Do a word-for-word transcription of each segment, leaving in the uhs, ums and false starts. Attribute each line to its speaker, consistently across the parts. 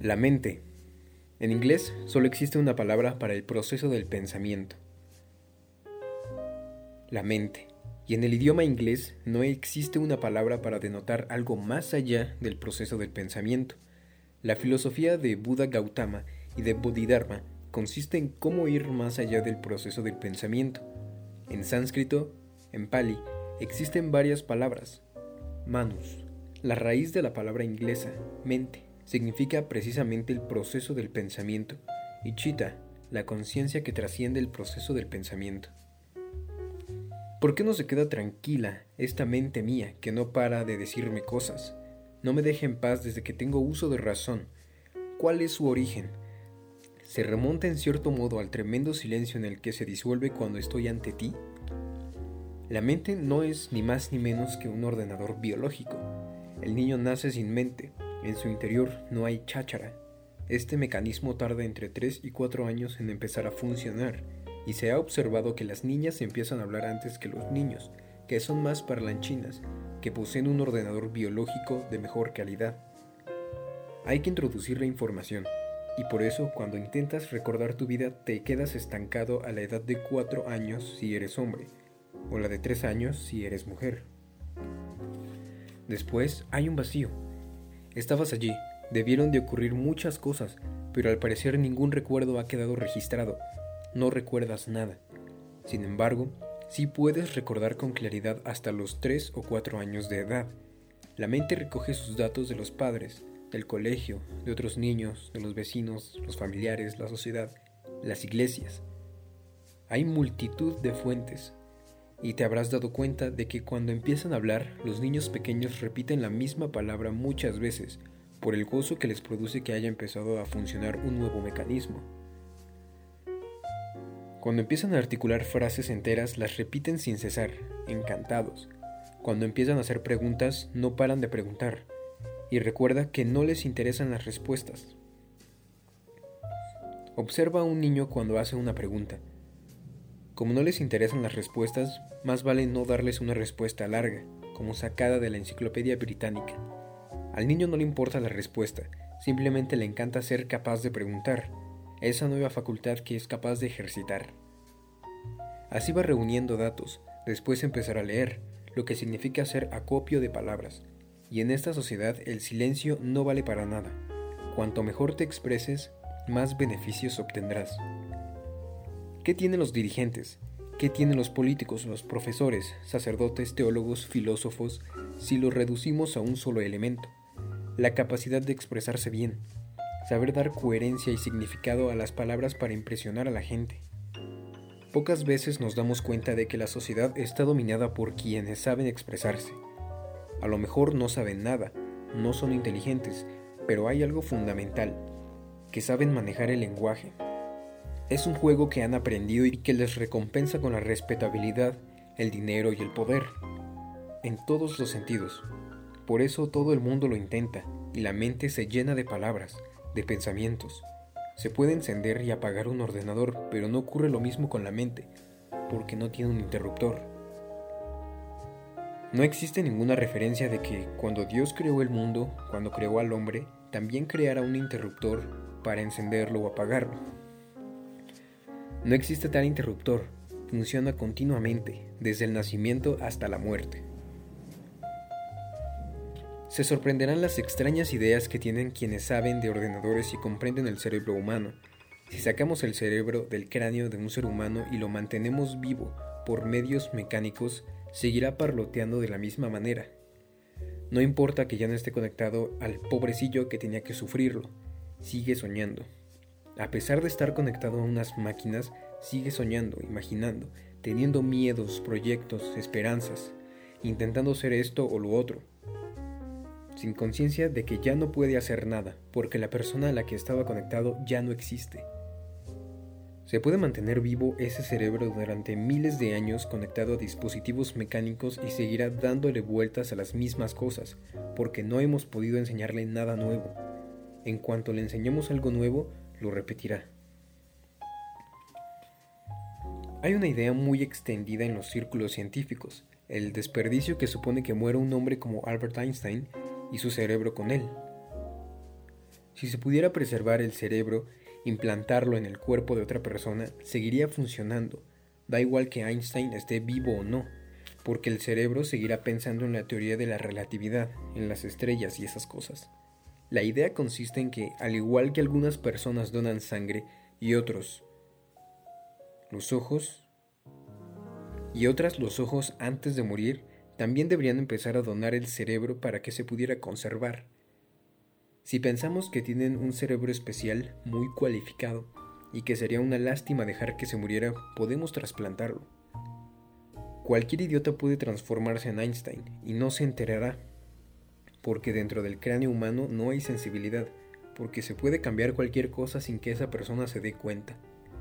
Speaker 1: La mente. En inglés solo existe una palabra para el proceso del pensamiento. La mente. Y en el idioma inglés no existe una palabra para denotar algo más allá del proceso del pensamiento. La filosofía de Buda Gautama y de Bodhidharma consiste en cómo ir más allá del proceso del pensamiento. En sánscrito, en pali, existen varias palabras. Manus, la raíz de la palabra inglesa, mente, significa precisamente el proceso del pensamiento, y chitta, la conciencia que trasciende el proceso del pensamiento. ¿Por qué no se queda tranquila esta mente mía que no para de decirme cosas? No me deja en paz desde que tengo uso de razón. ¿Cuál es su origen? ¿Se remonta en cierto modo al tremendo silencio en el que se disuelve cuando estoy ante ti? La mente no es ni más ni menos que un ordenador biológico. El niño nace sin mente. En su interior no hay cháchara. Este mecanismo tarda entre tres y cuatro años en empezar a funcionar, y se ha observado que las niñas empiezan a hablar antes que los niños, que son más parlanchinas, que poseen un ordenador biológico de mejor calidad. Hay que introducir la información, y por eso cuando intentas recordar tu vida te quedas estancado a la edad de cuatro años si eres hombre, o la de tres años si eres mujer. Después hay un vacío. Estabas allí, debieron de ocurrir muchas cosas, pero al parecer ningún recuerdo ha quedado registrado. No recuerdas nada. Sin embargo, sí puedes recordar con claridad hasta los tres o cuatro años de edad. La mente recoge sus datos de los padres, del colegio, de otros niños, de los vecinos, los familiares, la sociedad, las iglesias. Hay multitud de fuentes, y te habrás dado cuenta de que cuando empiezan a hablar, los niños pequeños repiten la misma palabra muchas veces, por el gozo que les produce que haya empezado a funcionar un nuevo mecanismo. Cuando empiezan a articular frases enteras, las repiten sin cesar, encantados. Cuando empiezan a hacer preguntas, no paran de preguntar. Y recuerda que no les interesan las respuestas. Observa a un niño cuando hace una pregunta. Como no les interesan las respuestas, más vale no darles una respuesta larga, como sacada de la Enciclopedia Británica. Al niño no le importa la respuesta, simplemente le encanta ser capaz de preguntar, esa nueva facultad que es capaz de ejercitar. Así va reuniendo datos, después empezará a leer, lo que significa hacer acopio de palabras. Y en esta sociedad el silencio no vale para nada. Cuanto mejor te expreses, más beneficios obtendrás. ¿Qué tienen los dirigentes? ¿Qué tienen los políticos, los profesores, sacerdotes, teólogos, filósofos, si los reducimos a un solo elemento? La capacidad de expresarse bien, saber dar coherencia y significado a las palabras para impresionar a la gente. Pocas veces nos damos cuenta de que la sociedad está dominada por quienes saben expresarse. A lo mejor no saben nada, no son inteligentes, pero hay algo fundamental, que saben manejar el lenguaje. Es un juego que han aprendido y que les recompensa con la respetabilidad, el dinero y el poder, en todos los sentidos. Por eso todo el mundo lo intenta, y la mente se llena de palabras, de pensamientos. Se puede encender y apagar un ordenador, pero no ocurre lo mismo con la mente, porque no tiene un interruptor. No existe ninguna referencia de que cuando Dios creó el mundo, cuando creó al hombre, también creara un interruptor para encenderlo o apagarlo. No existe tal interruptor, funciona continuamente, desde el nacimiento hasta la muerte. Se sorprenderán las extrañas ideas que tienen quienes saben de ordenadores y comprenden el cerebro humano. Si sacamos el cerebro del cráneo de un ser humano y lo mantenemos vivo por medios mecánicos, seguirá parloteando de la misma manera. No importa que ya no esté conectado al pobrecillo que tenía que sufrirlo, sigue soñando. A pesar de estar conectado a unas máquinas, sigue soñando, imaginando, teniendo miedos, proyectos, esperanzas, intentando ser esto o lo otro, sin conciencia de que ya no puede hacer nada, porque la persona a la que estaba conectado ya no existe. Se puede mantener vivo ese cerebro durante miles de años conectado a dispositivos mecánicos y seguirá dándole vueltas a las mismas cosas, porque no hemos podido enseñarle nada nuevo. En cuanto le enseñemos algo nuevo, lo repetirá. Hay una idea muy extendida en los círculos científicos, el desperdicio que supone que muera un hombre como Albert Einstein y su cerebro con él. Si se pudiera preservar el cerebro, implantarlo en el cuerpo de otra persona, seguiría funcionando. Da igual que Einstein esté vivo o no, porque el cerebro seguirá pensando en la teoría de la relatividad, en las estrellas y esas cosas. La idea consiste en que, al igual que algunas personas donan sangre y otros los ojos, y otras los ojos antes de morir, también deberían empezar a donar el cerebro para que se pudiera conservar. Si pensamos que tienen un cerebro especial, muy cualificado, y que sería una lástima dejar que se muriera, podemos trasplantarlo. Cualquier idiota puede transformarse en Einstein y no se enterará, porque dentro del cráneo humano no hay sensibilidad, porque se puede cambiar cualquier cosa sin que esa persona se dé cuenta.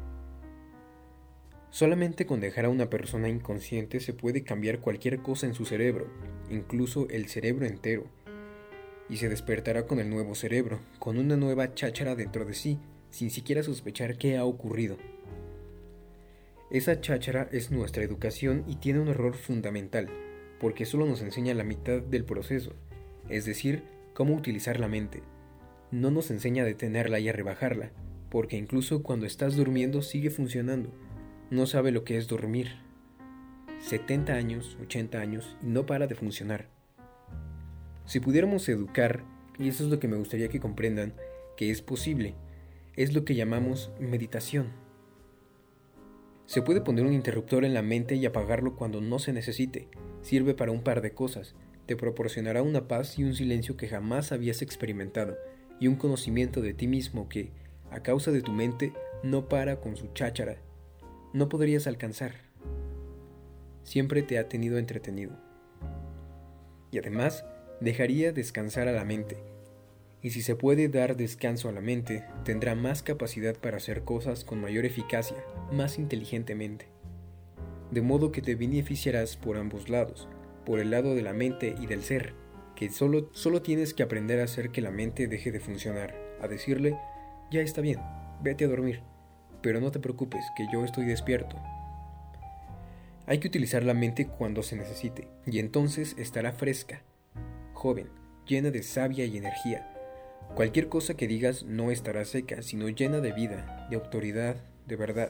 Speaker 1: Solamente con dejar a una persona inconsciente se puede cambiar cualquier cosa en su cerebro, incluso el cerebro entero, y se despertará con el nuevo cerebro, con una nueva cháchara dentro de sí, sin siquiera sospechar qué ha ocurrido. Esa cháchara es nuestra educación y tiene un error fundamental, porque solo nos enseña la mitad del proceso, es decir, cómo utilizar la mente. No nos enseña a detenerla y a rebajarla, porque incluso cuando estás durmiendo sigue funcionando. No sabe lo que es dormir. setenta años, ochenta años y no para de funcionar. Si pudiéramos educar, y eso es lo que me gustaría que comprendan, que es posible, es lo que llamamos meditación. Se puede poner un interruptor en la mente y apagarlo cuando no se necesite. Sirve para un par de cosas. Te proporcionará una paz y un silencio que jamás habías experimentado, y un conocimiento de ti mismo que, a causa de tu mente, no para con su cháchara. No podrías alcanzar. Siempre te ha tenido entretenido. Y además, dejaría descansar a la mente. Y si se puede dar descanso a la mente, tendrá más capacidad para hacer cosas con mayor eficacia, más inteligentemente. De modo que te beneficiarás por ambos lados, por el lado de la mente y del ser, que solo, solo tienes que aprender a hacer que la mente deje de funcionar, a decirle, ya está bien, vete a dormir. Pero no te preocupes, que yo estoy despierto. Hay que utilizar la mente cuando se necesite, y entonces estará fresca, joven, llena de savia y energía. Cualquier cosa que digas no estará seca, sino llena de vida, de autoridad, de verdad.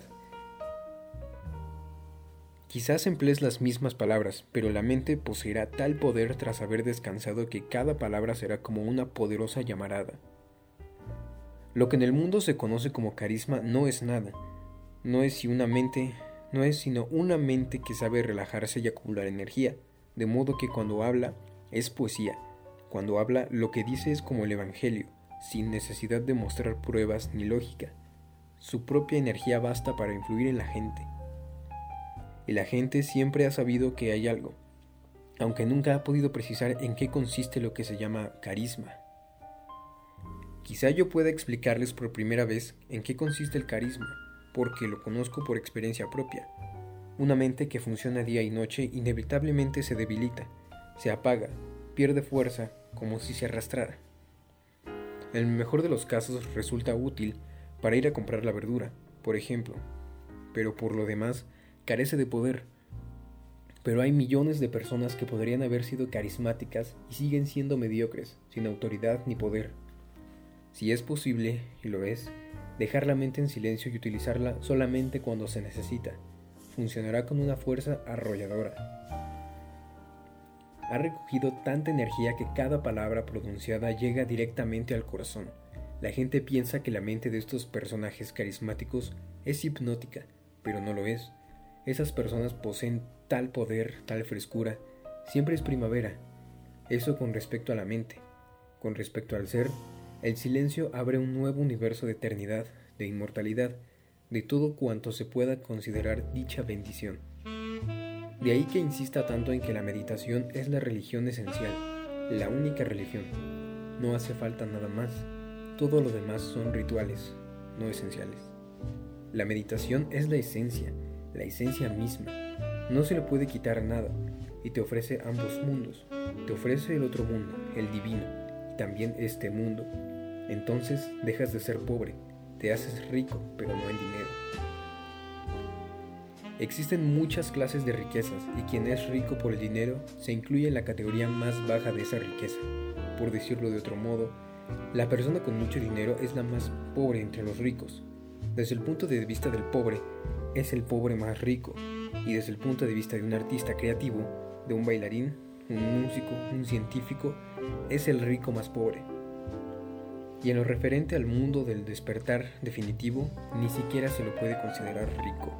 Speaker 1: Quizás emplees las mismas palabras, pero la mente poseerá tal poder tras haber descansado que cada palabra será como una poderosa llamarada. Lo que en el mundo se conoce como carisma no es nada, no es si una mente, no es sino una mente que sabe relajarse y acumular energía, de modo que cuando habla es poesía, cuando habla lo que dice es como el evangelio, sin necesidad de mostrar pruebas ni lógica. Su propia energía basta para influir en la gente. Y la gente siempre ha sabido que hay algo, aunque nunca ha podido precisar en qué consiste lo que se llama carisma. Quizá yo pueda explicarles por primera vez en qué consiste el carisma, porque lo conozco por experiencia propia. Una mente que funciona día y noche inevitablemente se debilita, se apaga, pierde fuerza, como si se arrastrara. En el mejor de los casos resulta útil para ir a comprar la verdura, por ejemplo, pero por lo demás carece de poder. Pero hay millones de personas que podrían haber sido carismáticas y siguen siendo mediocres, sin autoridad ni poder. Si es posible, y lo es, dejar la mente en silencio y utilizarla solamente cuando se necesita, funcionará con una fuerza arrolladora. Ha recogido tanta energía que cada palabra pronunciada llega directamente al corazón. La gente piensa que la mente de estos personajes carismáticos es hipnótica, pero no lo es. Esas personas poseen tal poder, tal frescura. Siempre es primavera. Eso con respecto a la mente. Con respecto al ser, el silencio abre un nuevo universo de eternidad, de inmortalidad, de todo cuanto se pueda considerar dicha bendición. De ahí que insista tanto en que la meditación es la religión esencial, la única religión. No hace falta nada más. Todo lo demás son rituales, no esenciales. La meditación es la esencia, la esencia misma. No se le puede quitar nada, y te ofrece ambos mundos. Te ofrece el otro mundo, el divino, y también este mundo. Entonces dejas de ser pobre, te haces rico, pero no en dinero. Existen muchas clases de riquezas, y quien es rico por el dinero se incluye en la categoría más baja de esa riqueza. Por decirlo de otro modo, La persona con mucho dinero es la más pobre entre los ricos. Desde el punto de vista del pobre, es el pobre más rico. Y desde el punto de vista de un artista creativo, de un bailarín, un músico, un científico, es el rico más pobre. Y en lo referente al mundo del despertar definitivo, ni siquiera se lo puede considerar rico.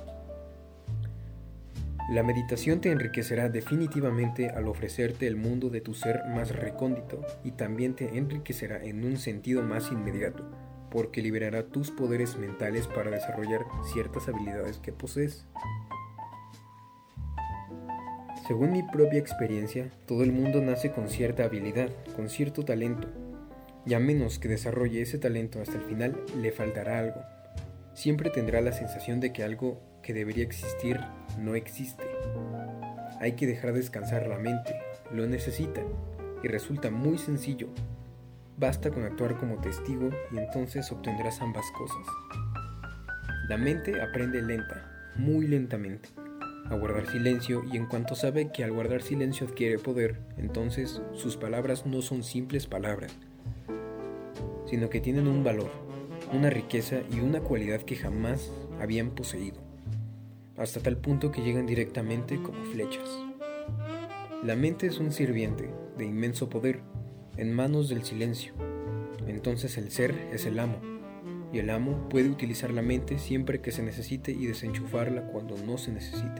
Speaker 1: La meditación te enriquecerá definitivamente al ofrecerte el mundo de tu ser más recóndito y también te enriquecerá en un sentido más inmediato, porque liberará tus poderes mentales para desarrollar ciertas habilidades que posees. Según mi propia experiencia, todo el mundo nace con cierta habilidad, con cierto talento, y a menos que desarrolle ese talento hasta el final, le faltará algo. Siempre tendrá la sensación de que algo que debería existir no existe. Hay que dejar descansar la mente, lo necesita, y resulta muy sencillo. Basta con actuar como testigo y entonces obtendrás ambas cosas. La mente aprende lenta, muy lentamente, a guardar silencio, y en cuanto sabe que al guardar silencio adquiere poder, entonces sus palabras no son simples palabras, sino que tienen un valor, una riqueza y una cualidad que jamás habían poseído, hasta tal punto que llegan directamente como flechas. La mente es un sirviente de inmenso poder en manos del silencio. Entonces el ser es el amo, y el amo puede utilizar la mente siempre que se necesite y desenchufarla cuando no se necesite.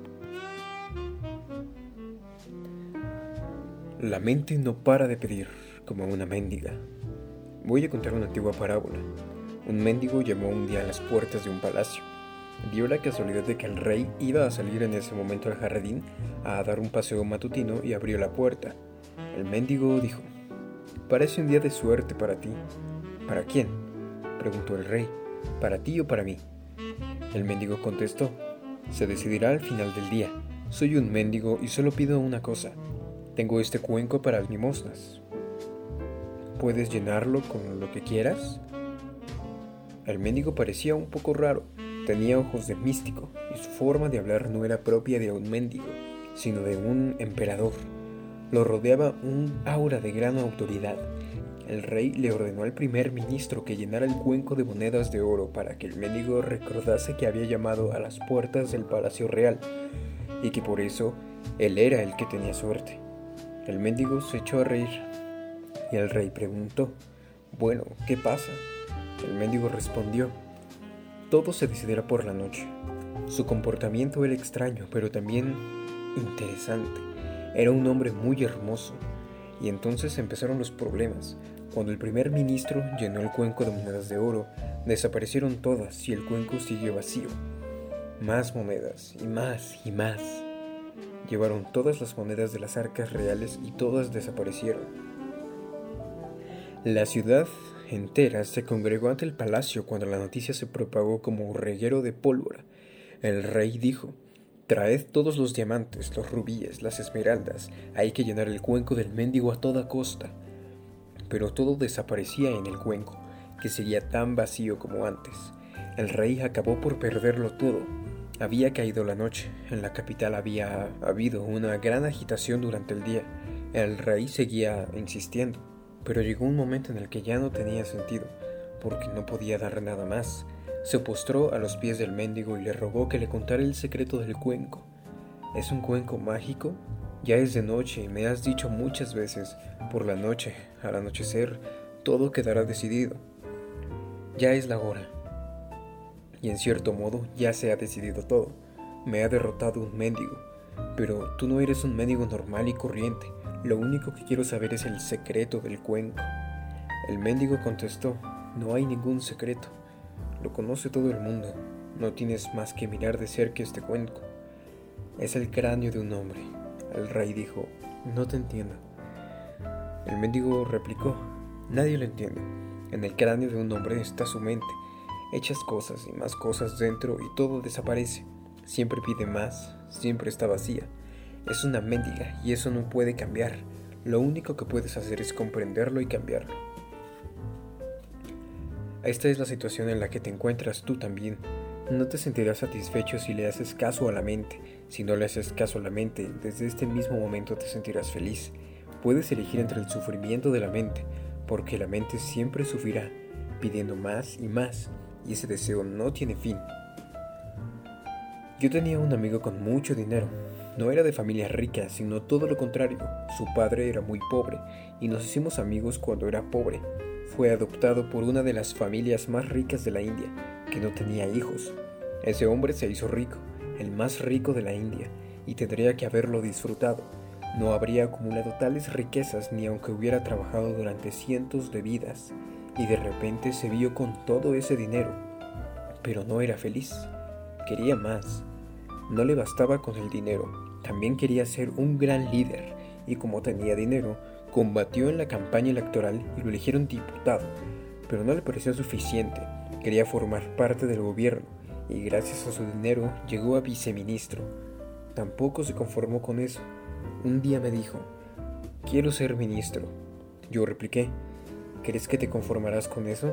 Speaker 1: La mente no para de pedir, como una mendiga. Voy a contar una antigua parábola. Un mendigo llamó un día a las puertas de un palacio. Dio la casualidad de que el rey iba a salir en ese momento al jardín a dar un paseo matutino y abrió la puerta. El mendigo dijo: «Parece un día de suerte para ti». «¿Para quién?», preguntó el rey. «¿Para ti o para mí?». El mendigo contestó: «Se decidirá al final del día. Soy un mendigo y solo pido una cosa. Tengo este cuenco para limosnas. ¿Puedes llenarlo con lo que quieras?». El mendigo parecía un poco raro. Tenía ojos de místico y su forma de hablar no era propia de un mendigo, sino de un emperador. Lo rodeaba un aura de gran autoridad. El rey le ordenó al primer ministro que llenara el cuenco de monedas de oro para que el mendigo recordase que había llamado a las puertas del palacio real y que por eso él era el que tenía suerte. El mendigo se echó a reír y el rey preguntó: «Bueno, ¿qué pasa?». El mendigo respondió: «Todo se decidirá por la noche». Su comportamiento era extraño, pero también interesante. Era un hombre muy hermoso. Y entonces empezaron los problemas. Cuando el primer ministro llenó el cuenco de monedas de oro, desaparecieron todas y el cuenco siguió vacío. Más monedas, y más, y más. Llevaron todas las monedas de las arcas reales y todas desaparecieron. La ciudad entera se congregó ante el palacio cuando la noticia se propagó como un reguero de pólvora. El rey dijo: «Traed todos los diamantes, los rubíes, las esmeraldas. Hay que llenar el cuenco del mendigo a toda costa». Pero todo desaparecía en el cuenco, que seguía tan vacío como antes. El rey acabó por perderlo todo. Había caído la noche. En la capital había habido una gran agitación durante el día. El rey seguía insistiendo, pero llegó un momento en el que ya no tenía sentido, porque no podía dar nada más. Se postró a los pies del mendigo y le rogó que le contara el secreto del cuenco. «¿Es un cuenco mágico? Ya es de noche y me has dicho muchas veces, por la noche, al anochecer, todo quedará decidido. Ya es la hora. Y en cierto modo ya se ha decidido todo. Me ha derrotado un mendigo, pero tú no eres un mendigo normal y corriente. Lo único que quiero saber es el secreto del cuenco». El mendigo contestó: «No hay ningún secreto. Lo conoce todo el mundo. No tienes más que mirar de cerca este cuenco. Es el cráneo de un hombre». El rey dijo: «No te entiendo». El mendigo replicó: «Nadie lo entiende. En el cráneo de un hombre está su mente. Echas cosas y más cosas dentro y todo desaparece. Siempre pide más, siempre está vacía. Es una mendiga y eso no puede cambiar. Lo único que puedes hacer es comprenderlo y cambiarlo». Esta es la situación en la que te encuentras tú también. No te sentirás satisfecho si le haces caso a la mente. Si no le haces caso a la mente, desde este mismo momento te sentirás feliz. Puedes elegir entre el sufrimiento de la mente, porque la mente siempre sufrirá, pidiendo más y más, y ese deseo no tiene fin. Yo tenía un amigo con mucho dinero. No era de familia rica, sino todo lo contrario. Su padre era muy pobre, y nos hicimos amigos cuando era pobre. Fue adoptado por una de las familias más ricas de la India, que no tenía hijos. Ese hombre se hizo rico, el más rico de la India, y tendría que haberlo disfrutado. No habría acumulado tales riquezas ni aunque hubiera trabajado durante cientos de vidas, y de repente se vio con todo ese dinero. Pero no era feliz. Quería más. No le bastaba con el dinero, también quería ser un gran líder, y como tenía dinero, combatió en la campaña electoral y lo eligieron diputado, pero no le pareció suficiente. Quería formar parte del gobierno, y gracias a su dinero llegó a viceministro. Tampoco se conformó con eso. Un día me dijo: quiero ser ministro. Yo repliqué: ¿crees que te conformarás con eso?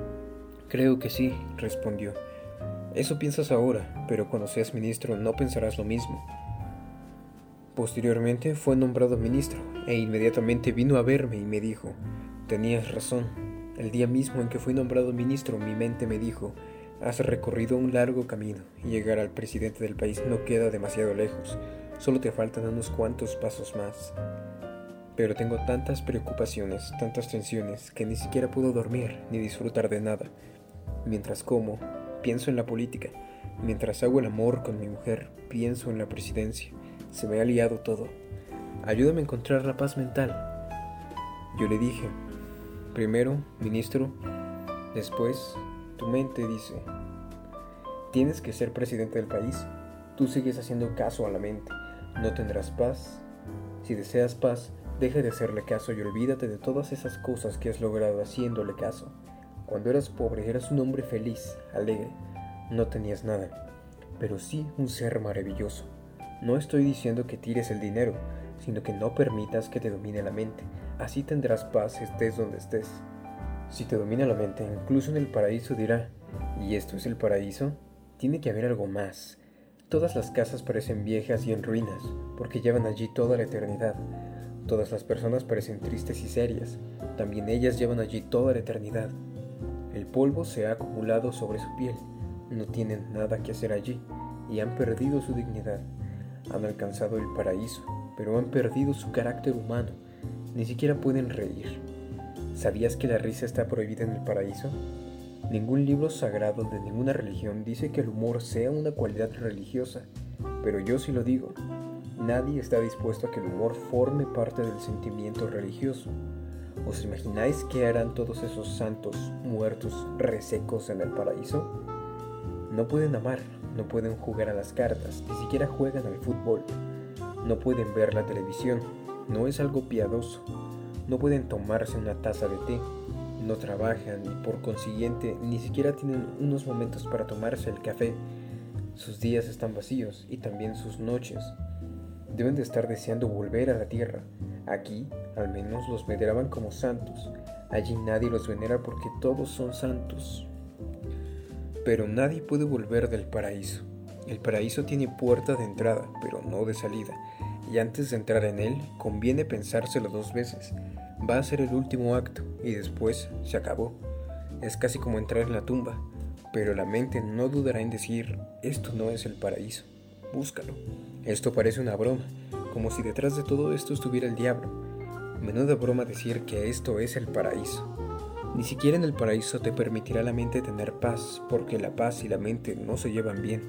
Speaker 1: Creo que sí, respondió. Eso piensas ahora, pero cuando seas ministro no pensarás lo mismo. Posteriormente fue nombrado ministro, e inmediatamente vino a verme y me dijo: tenías razón. El día mismo en que fui nombrado ministro, mi mente me dijo: has recorrido un largo camino, y llegar al presidente del país no queda demasiado lejos, solo te faltan unos cuantos pasos más. Pero tengo tantas preocupaciones, tantas tensiones, que ni siquiera puedo dormir ni disfrutar de nada. Mientras como, pienso en la política. Mientras hago el amor con mi mujer, pienso en la presidencia. Se me ha liado todo. Ayúdame a encontrar la paz mental. Yo le dije: primero, ministro, después, tu mente dice: tienes que ser presidente del país. Tú sigues haciendo caso a la mente. No tendrás paz. Si deseas paz, deja de hacerle caso y olvídate de todas esas cosas que has logrado haciéndole caso. Cuando eras pobre, eras un hombre feliz, alegre. No tenías nada, pero sí un ser maravilloso. No estoy diciendo que tires el dinero, sino que no permitas que te domine la mente. Así tendrás paz estés donde estés. Si te domina la mente, incluso en el paraíso dirá: ¿y esto es el paraíso? Tiene que haber algo más. Todas las casas parecen viejas y en ruinas, porque llevan allí toda la eternidad. Todas las personas parecen tristes y serias, también ellas llevan allí toda la eternidad. El polvo se ha acumulado sobre su piel, no tienen nada que hacer allí, y han perdido su dignidad. Han alcanzado el paraíso, pero han perdido su carácter humano, ni siquiera pueden reír. ¿Sabías que la risa está prohibida en el paraíso? Ningún libro sagrado de ninguna religión dice que el humor sea una cualidad religiosa, pero yo sí lo digo. Nadie está dispuesto a que el humor forme parte del sentimiento religioso. ¿Os imagináis qué harán todos esos santos muertos resecos en el paraíso? No pueden amar, no pueden jugar a las cartas, ni siquiera juegan al fútbol. No pueden ver la televisión, no es algo piadoso. No pueden tomarse una taza de té, no trabajan y por consiguiente ni siquiera tienen unos momentos para tomarse el café. Sus días están vacíos y también sus noches. Deben de estar deseando volver a la tierra. Aquí, al menos, los veneraban como santos. Allí nadie los venera porque todos son santos. Pero nadie puede volver del paraíso. El paraíso tiene puerta de entrada, pero no de salida. Y antes de entrar en él, conviene pensárselo dos veces. Va a ser el último acto, y después se acabó. Es casi como entrar en la tumba. Pero la mente no dudará en decir: esto no es el paraíso. Búscalo. Esto parece una broma, como si detrás de todo esto estuviera el diablo. Menuda broma decir que esto es el paraíso. Ni siquiera en el paraíso te permitirá la mente tener paz, porque la paz y la mente no se llevan bien.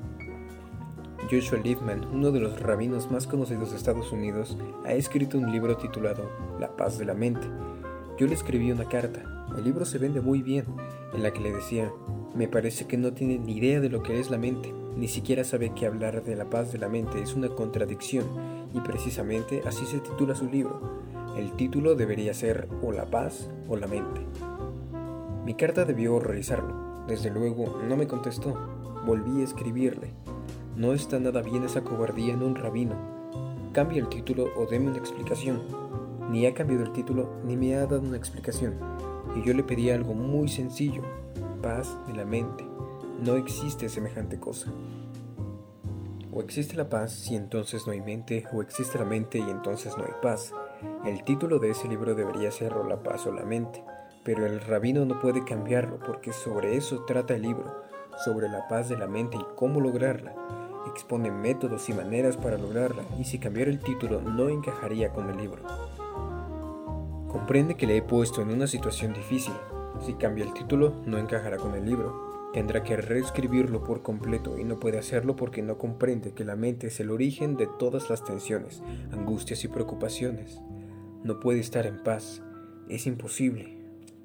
Speaker 1: Joshua Liebman, uno de los rabinos más conocidos de Estados Unidos, ha escrito un libro titulado La paz de la mente. Yo le escribí una carta. El libro se vende muy bien, en la que le decía: me parece que no tiene ni idea de lo que es la mente, ni siquiera sabe que hablar de la paz de la mente es una contradicción, y precisamente así se titula su libro. El título debería ser o la paz o la mente. Mi carta debió horrorizarlo. Desde luego no me contestó. Volví a escribirle: no está nada bien esa cobardía en un rabino. Cambia el título o deme una explicación. Ni ha cambiado el título ni me ha dado una explicación. Y yo le pedí algo muy sencillo: paz de la mente. No existe semejante cosa. O existe la paz y entonces no hay mente, o existe la mente y entonces no hay paz. El título de ese libro debería ser O la paz o la mente, pero el rabino no puede cambiarlo porque sobre eso trata el libro, sobre la paz de la mente y cómo lograrla. Expone métodos y maneras para lograrla, y si cambiara el título no encajaría con el libro. Comprende que le he puesto en una situación difícil. Si cambia el título, no encajará con el libro. Tendrá que reescribirlo por completo y no puede hacerlo porque no comprende que la mente es el origen de todas las tensiones, angustias y preocupaciones. No puede estar en paz. Es imposible.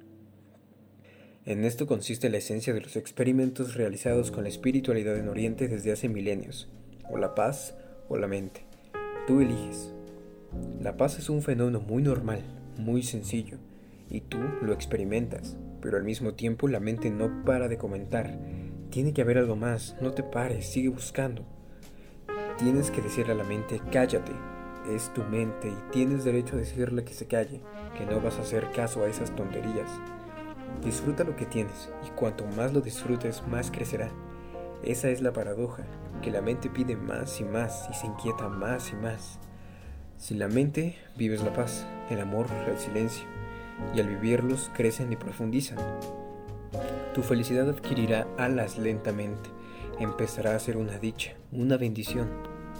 Speaker 1: En esto consiste la esencia de los experimentos realizados con la espiritualidad en Oriente desde hace milenios. O la paz o la mente. Tú eliges. La paz es un fenómeno muy normal, muy sencillo, y tú lo experimentas, pero al mismo tiempo la mente no para de comentar. Tiene que haber algo más, no te pares, sigue buscando. Tienes que decirle a la mente, cállate, es tu mente y tienes derecho a decirle que se calle, que no vas a hacer caso a esas tonterías. Disfruta lo que tienes, y cuanto más lo disfrutes, más crecerá. Esa es la paradoja, que la mente pide más y más y se inquieta más y más. Sin la mente vives la paz, el amor, el silencio, y al vivirlos crecen y profundizan. Tu felicidad adquirirá alas lentamente, empezará a ser una dicha, una bendición.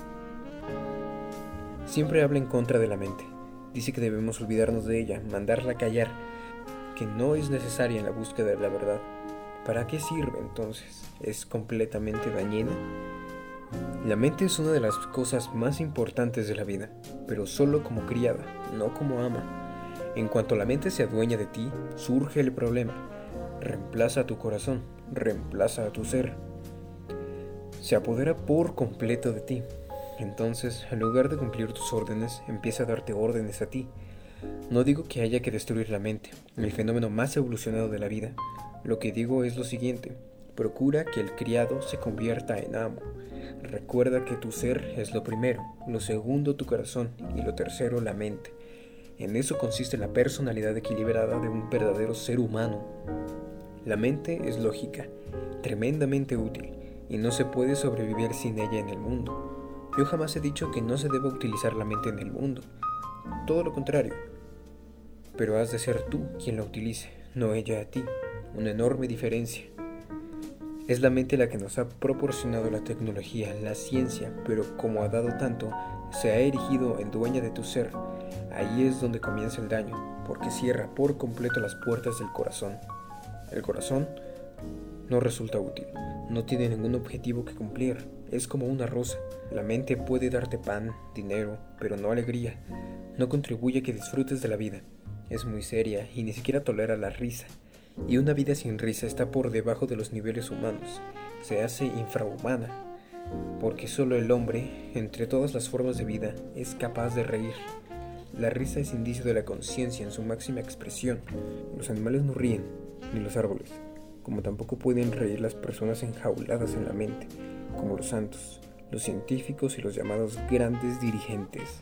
Speaker 1: Siempre habla en contra de la mente, dice que debemos olvidarnos de ella, mandarla a callar, que no es necesaria en la búsqueda de la verdad. ¿Para qué sirve entonces? ¿Es completamente dañina? La mente es una de las cosas más importantes de la vida, pero solo como criada, no como ama. En cuanto la mente se adueña de ti, surge el problema. Reemplaza a tu corazón, reemplaza a tu ser. Se apodera por completo de ti. Entonces, en lugar de cumplir tus órdenes, empieza a darte órdenes a ti. No digo que haya que destruir la mente, el fenómeno más evolucionado de la vida. Lo que digo es lo siguiente: procura que el criado se convierta en amo. Recuerda que tu ser es lo primero, lo segundo tu corazón y lo tercero la mente. En eso consiste la personalidad equilibrada de un verdadero ser humano. La mente es lógica, tremendamente útil, y no se puede sobrevivir sin ella en el mundo. Yo jamás he dicho que no se deba utilizar la mente en el mundo, todo lo contrario. Pero has de ser tú quien la utilice, no ella a ti, una enorme diferencia. Es la mente la que nos ha proporcionado la tecnología, la ciencia, pero como ha dado tanto, se ha erigido en dueña de tu ser. Ahí es donde comienza el daño, porque cierra por completo las puertas del corazón. El corazón no resulta útil, no tiene ningún objetivo que cumplir, es como una rosa. La mente puede darte pan, dinero, pero no alegría. No contribuye a que disfrutes de la vida. Es muy seria y ni siquiera tolera la risa. Y una vida sin risa está por debajo de los niveles humanos. Se hace infrahumana, porque solo el hombre, entre todas las formas de vida, es capaz de reír. La risa es indicio de la conciencia en su máxima expresión. Los animales no ríen, ni los árboles, como tampoco pueden reír las personas enjauladas en la mente, como los santos, los científicos y los llamados grandes dirigentes.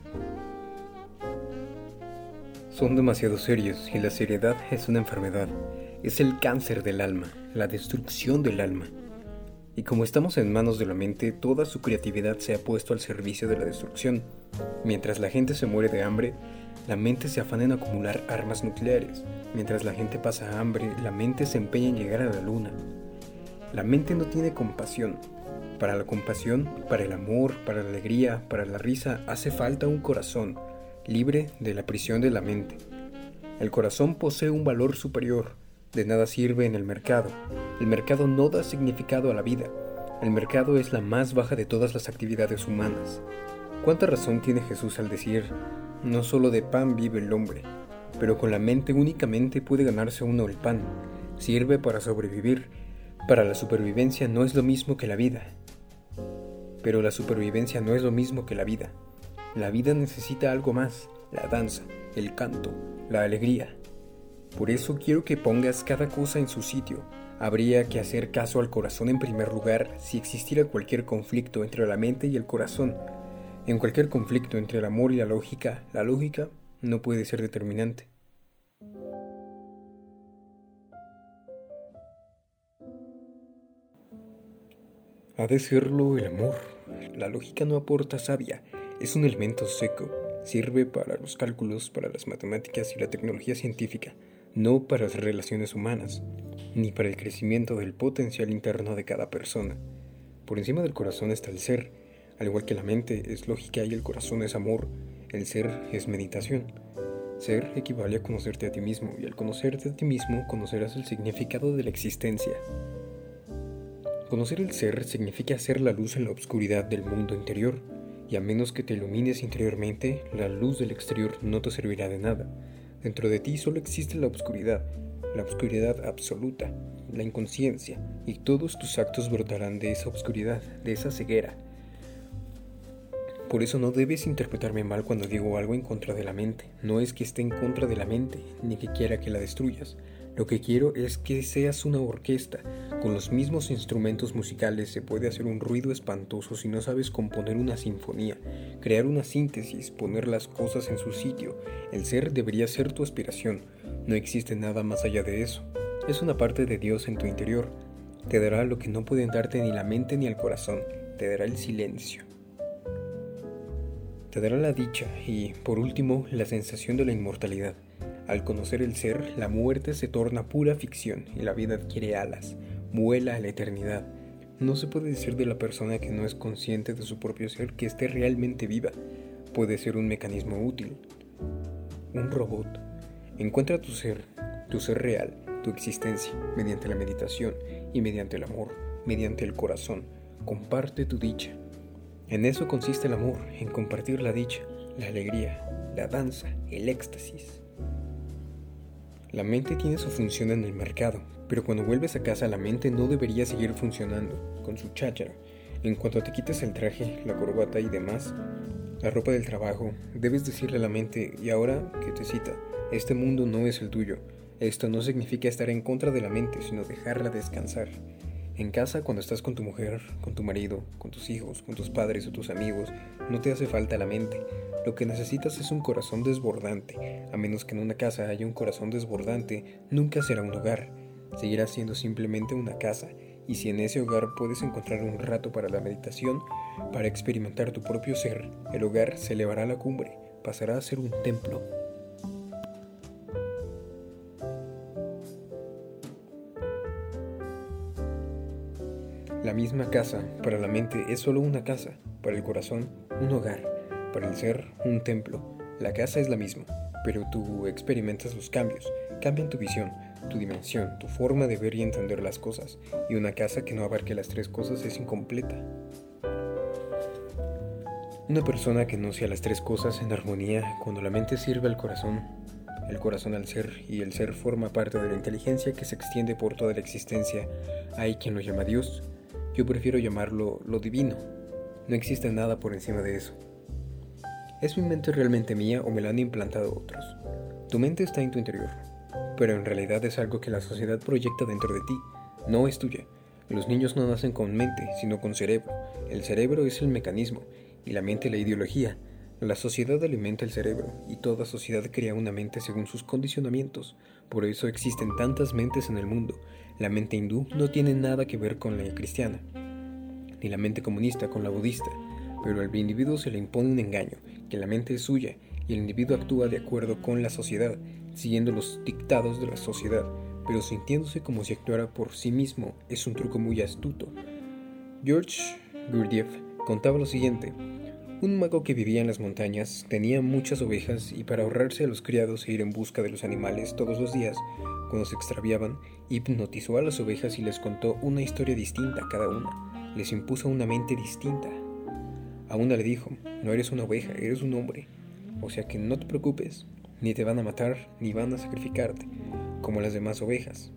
Speaker 1: Son demasiado serios y la seriedad es una enfermedad. Es el cáncer del alma, la destrucción del alma. Y como estamos en manos de la mente, toda su creatividad se ha puesto al servicio de la destrucción. Mientras la gente se muere de hambre, la mente se afana en acumular armas nucleares. Mientras la gente pasa hambre, la mente se empeña en llegar a la luna. La mente no tiene compasión. Para la compasión, para el amor, para la alegría, para la risa, hace falta un corazón, libre de la prisión de la mente. El corazón posee un valor superior. De nada sirve en el mercado. El mercado no da significado a la vida. El mercado es la más baja de todas las actividades humanas. ¿Cuánta razón tiene Jesús al decir, no solo de pan vive el hombre, pero con la mente únicamente puede ganarse uno el pan? Sirve para sobrevivir. Para la supervivencia no es lo mismo que la vida. Pero la supervivencia no es lo mismo que la vida. La vida necesita algo más, la danza, el canto, la alegría. Por eso quiero que pongas cada cosa en su sitio. Habría que hacer caso al corazón en primer lugar si existiera cualquier conflicto entre la mente y el corazón. En cualquier conflicto entre el amor y la lógica, la lógica no puede ser determinante. Ha de serlo el amor. La lógica no aporta savia, es un elemento seco. sirve para los cálculos, para las matemáticas y la tecnología científica, no para las relaciones humanas, ni para el crecimiento del potencial interno de cada persona. Por encima del corazón está el ser. Al igual que la mente es lógica y el corazón es amor, el ser es meditación. Ser equivale a conocerte a ti mismo, y al conocerte a ti mismo conocerás el significado de la existencia. Conocer el ser significa hacer la luz en la oscuridad del mundo interior, y a menos que te ilumines interiormente, la luz del exterior no te servirá de nada. Dentro de ti solo existe la oscuridad, la oscuridad absoluta, la inconsciencia, y todos tus actos brotarán de esa oscuridad, de esa ceguera. Por eso no debes interpretarme mal cuando digo algo en contra de la mente. No es que esté en contra de la mente, ni que quiera que la destruyas. Lo que quiero es que seas una orquesta. Con los mismos instrumentos musicales se puede hacer un ruido espantoso si no sabes componer una sinfonía, crear una síntesis, poner las cosas en su sitio. El ser debería ser tu aspiración. No existe nada más allá de eso. Es una parte de Dios en tu interior. Te dará lo que no pueden darte ni la mente ni el corazón. Te dará el silencio. Te dará la dicha y, por último, la sensación de la inmortalidad. Al conocer el ser, la muerte se torna pura ficción y la vida adquiere alas, vuela a la eternidad. No se puede decir de la persona que no es consciente de su propio ser que esté realmente viva. Puede ser un mecanismo útil, un robot. Encuentra tu ser, tu ser real, tu existencia, mediante la meditación y mediante el amor, mediante el corazón. Comparte tu dicha. En eso consiste el amor, en compartir la dicha, la alegría, la danza, el éxtasis. La mente tiene su función en el mercado, pero cuando vuelves a casa la mente no debería seguir funcionando, con su cháchara. En cuanto te quites el traje, la corbata y demás, la ropa del trabajo, debes decirle a la mente, y ahora que te cita, este mundo no es el tuyo. Esto no significa estar en contra de la mente, sino dejarla descansar. En casa, cuando estás con tu mujer, con tu marido, con tus hijos, con tus padres o tus amigos, no te hace falta la mente. Lo que necesitas es un corazón desbordante. A menos que en una casa haya un corazón desbordante, nunca será un hogar. Seguirá siendo simplemente una casa. Y si en ese hogar puedes encontrar un rato para la meditación, para experimentar tu propio ser, el hogar se elevará a la cumbre, pasará a ser un templo. La misma casa, para la mente, es solo una casa, para el corazón, un hogar, para el ser, un templo. La casa es la misma, pero tú experimentas los cambios, cambian tu visión, tu dimensión, tu forma de ver y entender las cosas, y una casa que no abarque las tres cosas es incompleta. Una persona que no sea las tres cosas en armonía, cuando la mente sirve al corazón, el corazón al ser, y el ser forma parte de la inteligencia que se extiende por toda la existencia, hay quien lo llama Dios. Yo prefiero llamarlo lo divino. No existe nada por encima de eso. ¿Es mi mente realmente mía o me la han implantado otros? Tu mente está en tu interior, pero en realidad es algo que la sociedad proyecta dentro de ti. No es tuya. Los niños no nacen con mente, sino con cerebro. El cerebro es el mecanismo, y la mente la ideología. La sociedad alimenta el cerebro, y toda sociedad crea una mente según sus condicionamientos. Por eso existen tantas mentes en el mundo. La mente hindú no tiene nada que ver con la cristiana, ni la mente comunista con la budista, pero al individuo se le impone un engaño, que la mente es suya, y el individuo actúa de acuerdo con la sociedad, siguiendo los dictados de la sociedad, pero sintiéndose como si actuara por sí mismo. Es un truco muy astuto. George Gurdjieff contaba lo siguiente: un mago que vivía en las montañas tenía muchas ovejas y para ahorrarse a los criados e ir en busca de los animales todos los días, cuando se extraviaban, hipnotizó a las ovejas y les contó una historia distinta a cada una. Les impuso una mente distinta. A una le dijo: no eres una oveja, eres un hombre. O sea que no te preocupes, ni te van a matar, ni van a sacrificarte, como las demás ovejas.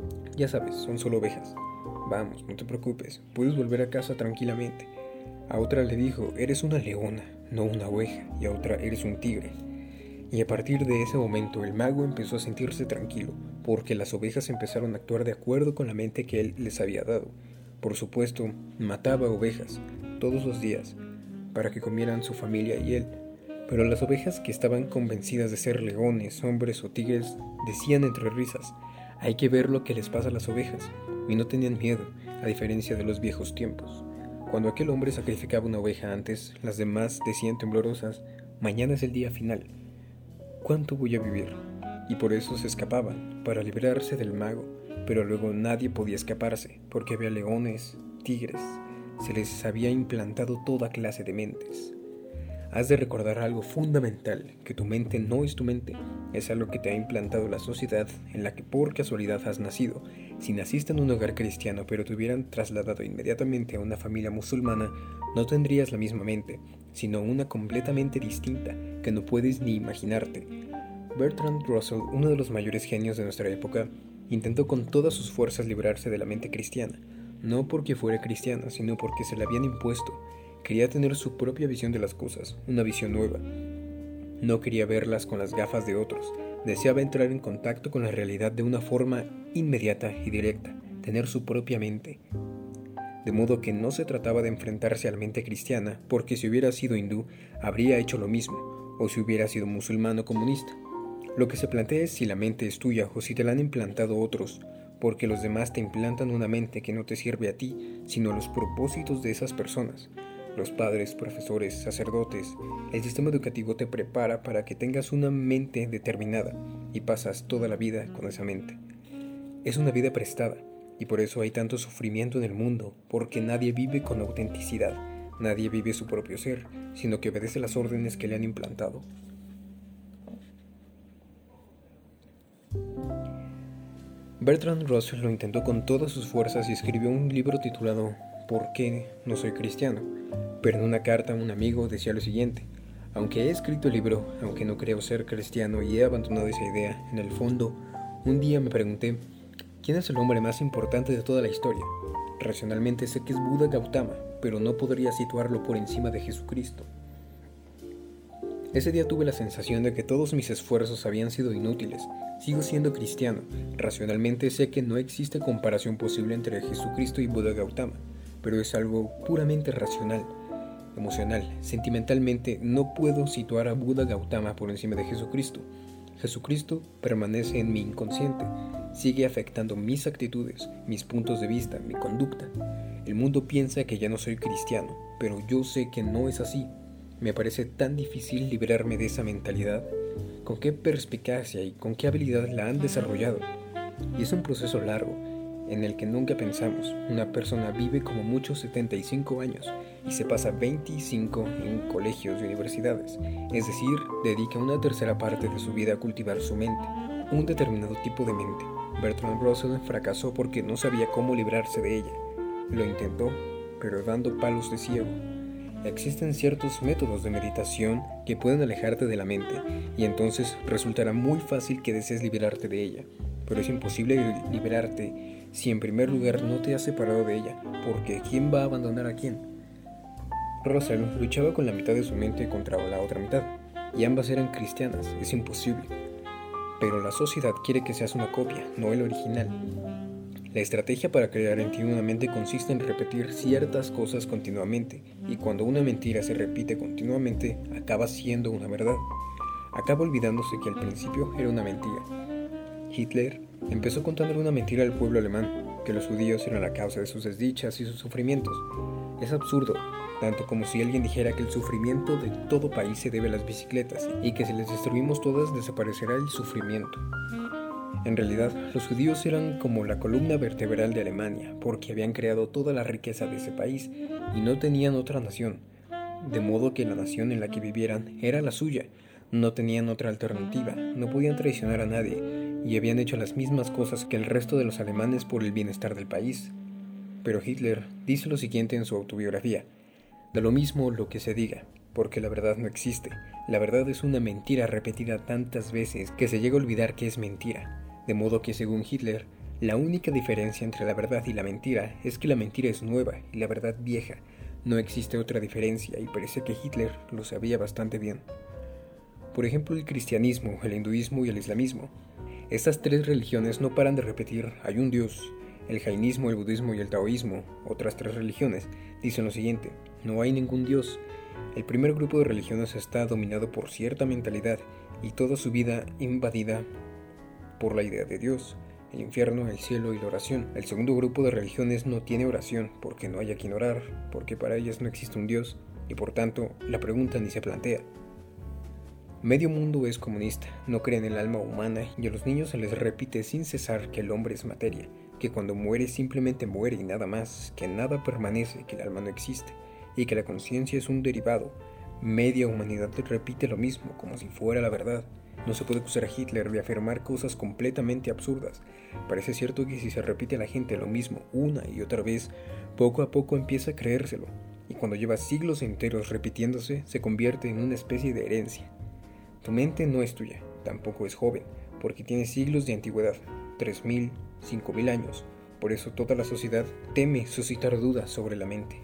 Speaker 1: Ya sabes, son solo ovejas. Vamos, no te preocupes, puedes volver a casa tranquilamente. A otra le dijo: eres una leona, no una oveja. Y a otra: eres un tigre. Y a partir de ese momento el mago empezó a sentirse tranquilo, porque las ovejas empezaron a actuar de acuerdo con la mente que él les había dado. Por supuesto, mataba ovejas todos los días para que comieran su familia y él. Pero las ovejas que estaban convencidas de ser leones, hombres o tigres decían entre risas: hay que ver lo que les pasa a las ovejas. Y no tenían miedo, a diferencia de los viejos tiempos. Cuando aquel hombre sacrificaba una oveja antes, las demás decían temblorosas: Mañana es el día final. ¿Cuánto voy a vivir? Y por eso se escapaban, para librarse del mago, pero luego nadie podía escaparse, porque había leones, tigres, se les había implantado toda clase de mentes. Has de recordar algo fundamental, que tu mente no es tu mente, es algo que te ha implantado la sociedad en la que por casualidad has nacido. Si naciste en un hogar cristiano pero te hubieran trasladado inmediatamente a una familia musulmana, no tendrías la misma mente, sino una completamente distinta, que no puedes ni imaginarte. Bertrand Russell, uno de los mayores genios de nuestra época, intentó con todas sus fuerzas librarse de la mente cristiana, no porque fuera cristiana, sino porque se la habían impuesto. Quería tener su propia visión de las cosas, una visión nueva. No quería verlas con las gafas de otros. Deseaba entrar en contacto con la realidad de una forma inmediata y directa, tener su propia mente. De modo que no se trataba de enfrentarse a la mente cristiana, porque si hubiera sido hindú, habría hecho lo mismo, o si hubiera sido musulmán o comunista. Lo que se plantea es si la mente es tuya o si te la han implantado otros, porque los demás te implantan una mente que no te sirve a ti, sino a los propósitos de esas personas. Los padres, profesores, sacerdotes, el sistema educativo te prepara para que tengas una mente determinada y pasas toda la vida con esa mente. Es una vida prestada y por eso hay tanto sufrimiento en el mundo, porque nadie vive con autenticidad, nadie vive su propio ser, sino que obedece las órdenes que le han implantado. Bertrand Russell lo intentó con todas sus fuerzas y escribió un libro titulado ¿Por qué no soy cristiano? Pero en una carta a un amigo decía lo siguiente: aunque he escrito el libro, aunque no creo ser cristiano y he abandonado esa idea, en el fondo, un día me pregunté, ¿quién es el hombre más importante de toda la historia? Racionalmente sé que es Buda Gautama, pero no podría situarlo por encima de Jesucristo. Ese día tuve la sensación de que todos mis esfuerzos habían sido inútiles. Sigo siendo cristiano. Racionalmente sé que no existe comparación posible entre Jesucristo y Buda Gautama, pero es algo puramente racional. Emocional, sentimentalmente, no puedo situar a Buda Gautama por encima de Jesucristo. Jesucristo permanece en mi inconsciente, sigue afectando mis actitudes, mis puntos de vista, mi conducta. El mundo piensa que ya no soy cristiano, pero yo sé que no es así. Me parece tan difícil librarme de esa mentalidad. ¿Con qué perspicacia y con qué habilidad la han desarrollado? Y es un proceso largo, en el que nunca pensamos. Una persona vive como mucho setenta y cinco años y se pasa veinticinco en colegios y universidades, es decir, dedica una tercera parte de su vida a cultivar su mente, un determinado tipo de mente. Bertrand Russell fracasó porque no sabía cómo librarse de ella. Lo intentó, pero dando palos de ciego. Existen ciertos métodos de meditación que pueden alejarte de la mente y entonces resultará muy fácil que desees liberarte de ella, pero es imposible liberarte si en primer lugar no te has separado de ella, porque ¿quién va a abandonar a quién? Russell luchaba con la mitad de su mente contra la otra mitad, y ambas eran cristianas, es imposible. Pero la sociedad quiere que seas una copia, no el original. La estrategia para crear en ti una mente consiste en repetir ciertas cosas continuamente, y cuando una mentira se repite continuamente, acaba siendo una verdad. Acaba olvidándose que al principio era una mentira. Hitler empezó contándole una mentira al pueblo alemán, que los judíos eran la causa de sus desdichas y sus sufrimientos. Es absurdo, tanto como si alguien dijera que el sufrimiento de todo país se debe a las bicicletas y que si les destruimos todas desaparecerá el sufrimiento. En realidad, los judíos eran como la columna vertebral de Alemania, porque habían creado toda la riqueza de ese país y no tenían otra nación, de modo que la nación en la que vivieran era la suya. No tenían otra alternativa, no podían traicionar a nadie y habían hecho las mismas cosas que el resto de los alemanes por el bienestar del país. Pero Hitler dice lo siguiente en su autobiografía: da lo mismo lo que se diga, porque la verdad no existe. La verdad es una mentira repetida tantas veces que se llega a olvidar que es mentira. De modo que, según Hitler, la única diferencia entre la verdad y la mentira es que la mentira es nueva y la verdad vieja. No existe otra diferencia y parece que Hitler lo sabía bastante bien. Por ejemplo, el cristianismo, el hinduismo y el islamismo. Estas tres religiones no paran de repetir: hay un Dios. El jainismo, el budismo y el taoísmo, otras tres religiones, dicen lo siguiente: no hay ningún Dios. El primer grupo de religiones está dominado por cierta mentalidad y toda su vida invadida por la idea de Dios, el infierno, el cielo y la oración. El segundo grupo de religiones no tiene oración porque no hay a quien orar, porque para ellas no existe un Dios y por tanto la pregunta ni se plantea. Medio mundo es comunista, no cree en el alma humana y a los niños se les repite sin cesar que el hombre es materia, que cuando muere simplemente muere y nada más, que nada permanece, que el alma no existe y que la conciencia es un derivado. Media humanidad te repite lo mismo, como si fuera la verdad. No se puede acusar a Hitler de afirmar cosas completamente absurdas. Parece cierto que si se repite a la gente lo mismo una y otra vez, poco a poco empieza a creérselo, y cuando lleva siglos enteros repitiéndose, se convierte en una especie de herencia. Tu mente no es tuya, tampoco es joven, porque tiene siglos de antigüedad, tres mil, cinco mil años. Por eso toda la sociedad teme suscitar dudas sobre la mente.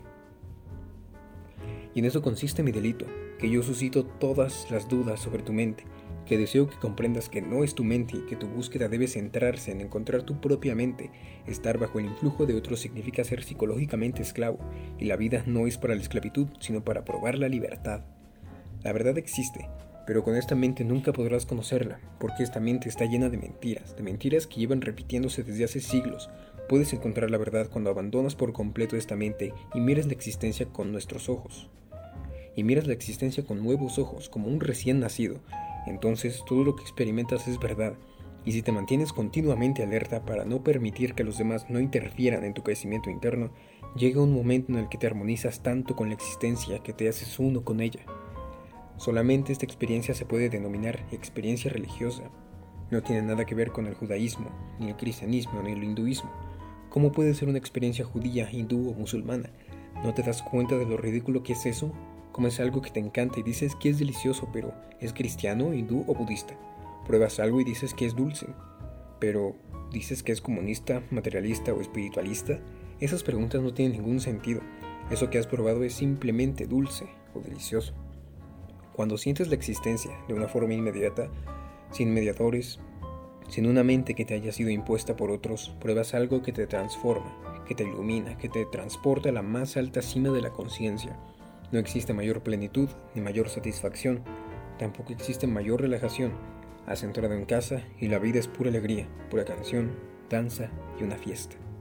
Speaker 1: Y en eso consiste mi delito, que yo suscito todas las dudas sobre tu mente, que deseo que comprendas que no es tu mente y que tu búsqueda debe centrarse en encontrar tu propia mente. Estar bajo el influjo de otros significa ser psicológicamente esclavo, y la vida no es para la esclavitud, sino para probar la libertad. La verdad existe, pero con esta mente nunca podrás conocerla, porque esta mente está llena de mentiras, de mentiras que llevan repitiéndose desde hace siglos. Puedes encontrar la verdad cuando abandonas por completo esta mente y miras la existencia con nuestros ojos. Y miras la existencia con nuevos ojos, como un recién nacido. Entonces todo lo que experimentas es verdad, y si te mantienes continuamente alerta para no permitir que los demás no interfieran en tu crecimiento interno, llega un momento en el que te armonizas tanto con la existencia que te haces uno con ella. Solamente esta experiencia se puede denominar experiencia religiosa. No tiene nada que ver con el judaísmo, ni el cristianismo, ni el hinduismo. ¿Cómo puede ser una experiencia judía, hindú o musulmana? ¿No te das cuenta de lo ridículo que es eso? Comes algo que te encanta y dices que es delicioso, pero ¿es cristiano, hindú o budista? Pruebas algo y dices que es dulce, pero ¿dices que es comunista, materialista o espiritualista? Esas preguntas no tienen ningún sentido. Eso que has probado es simplemente dulce o delicioso. Cuando sientes la existencia de una forma inmediata, sin mediadores, sin una mente que te haya sido impuesta por otros, pruebas algo que te transforma, que te ilumina, que te transporta a la más alta cima de la conciencia. No existe mayor plenitud ni mayor satisfacción, tampoco existe mayor relajación. Has entrado en casa y la vida es pura alegría, pura canción, danza y una fiesta.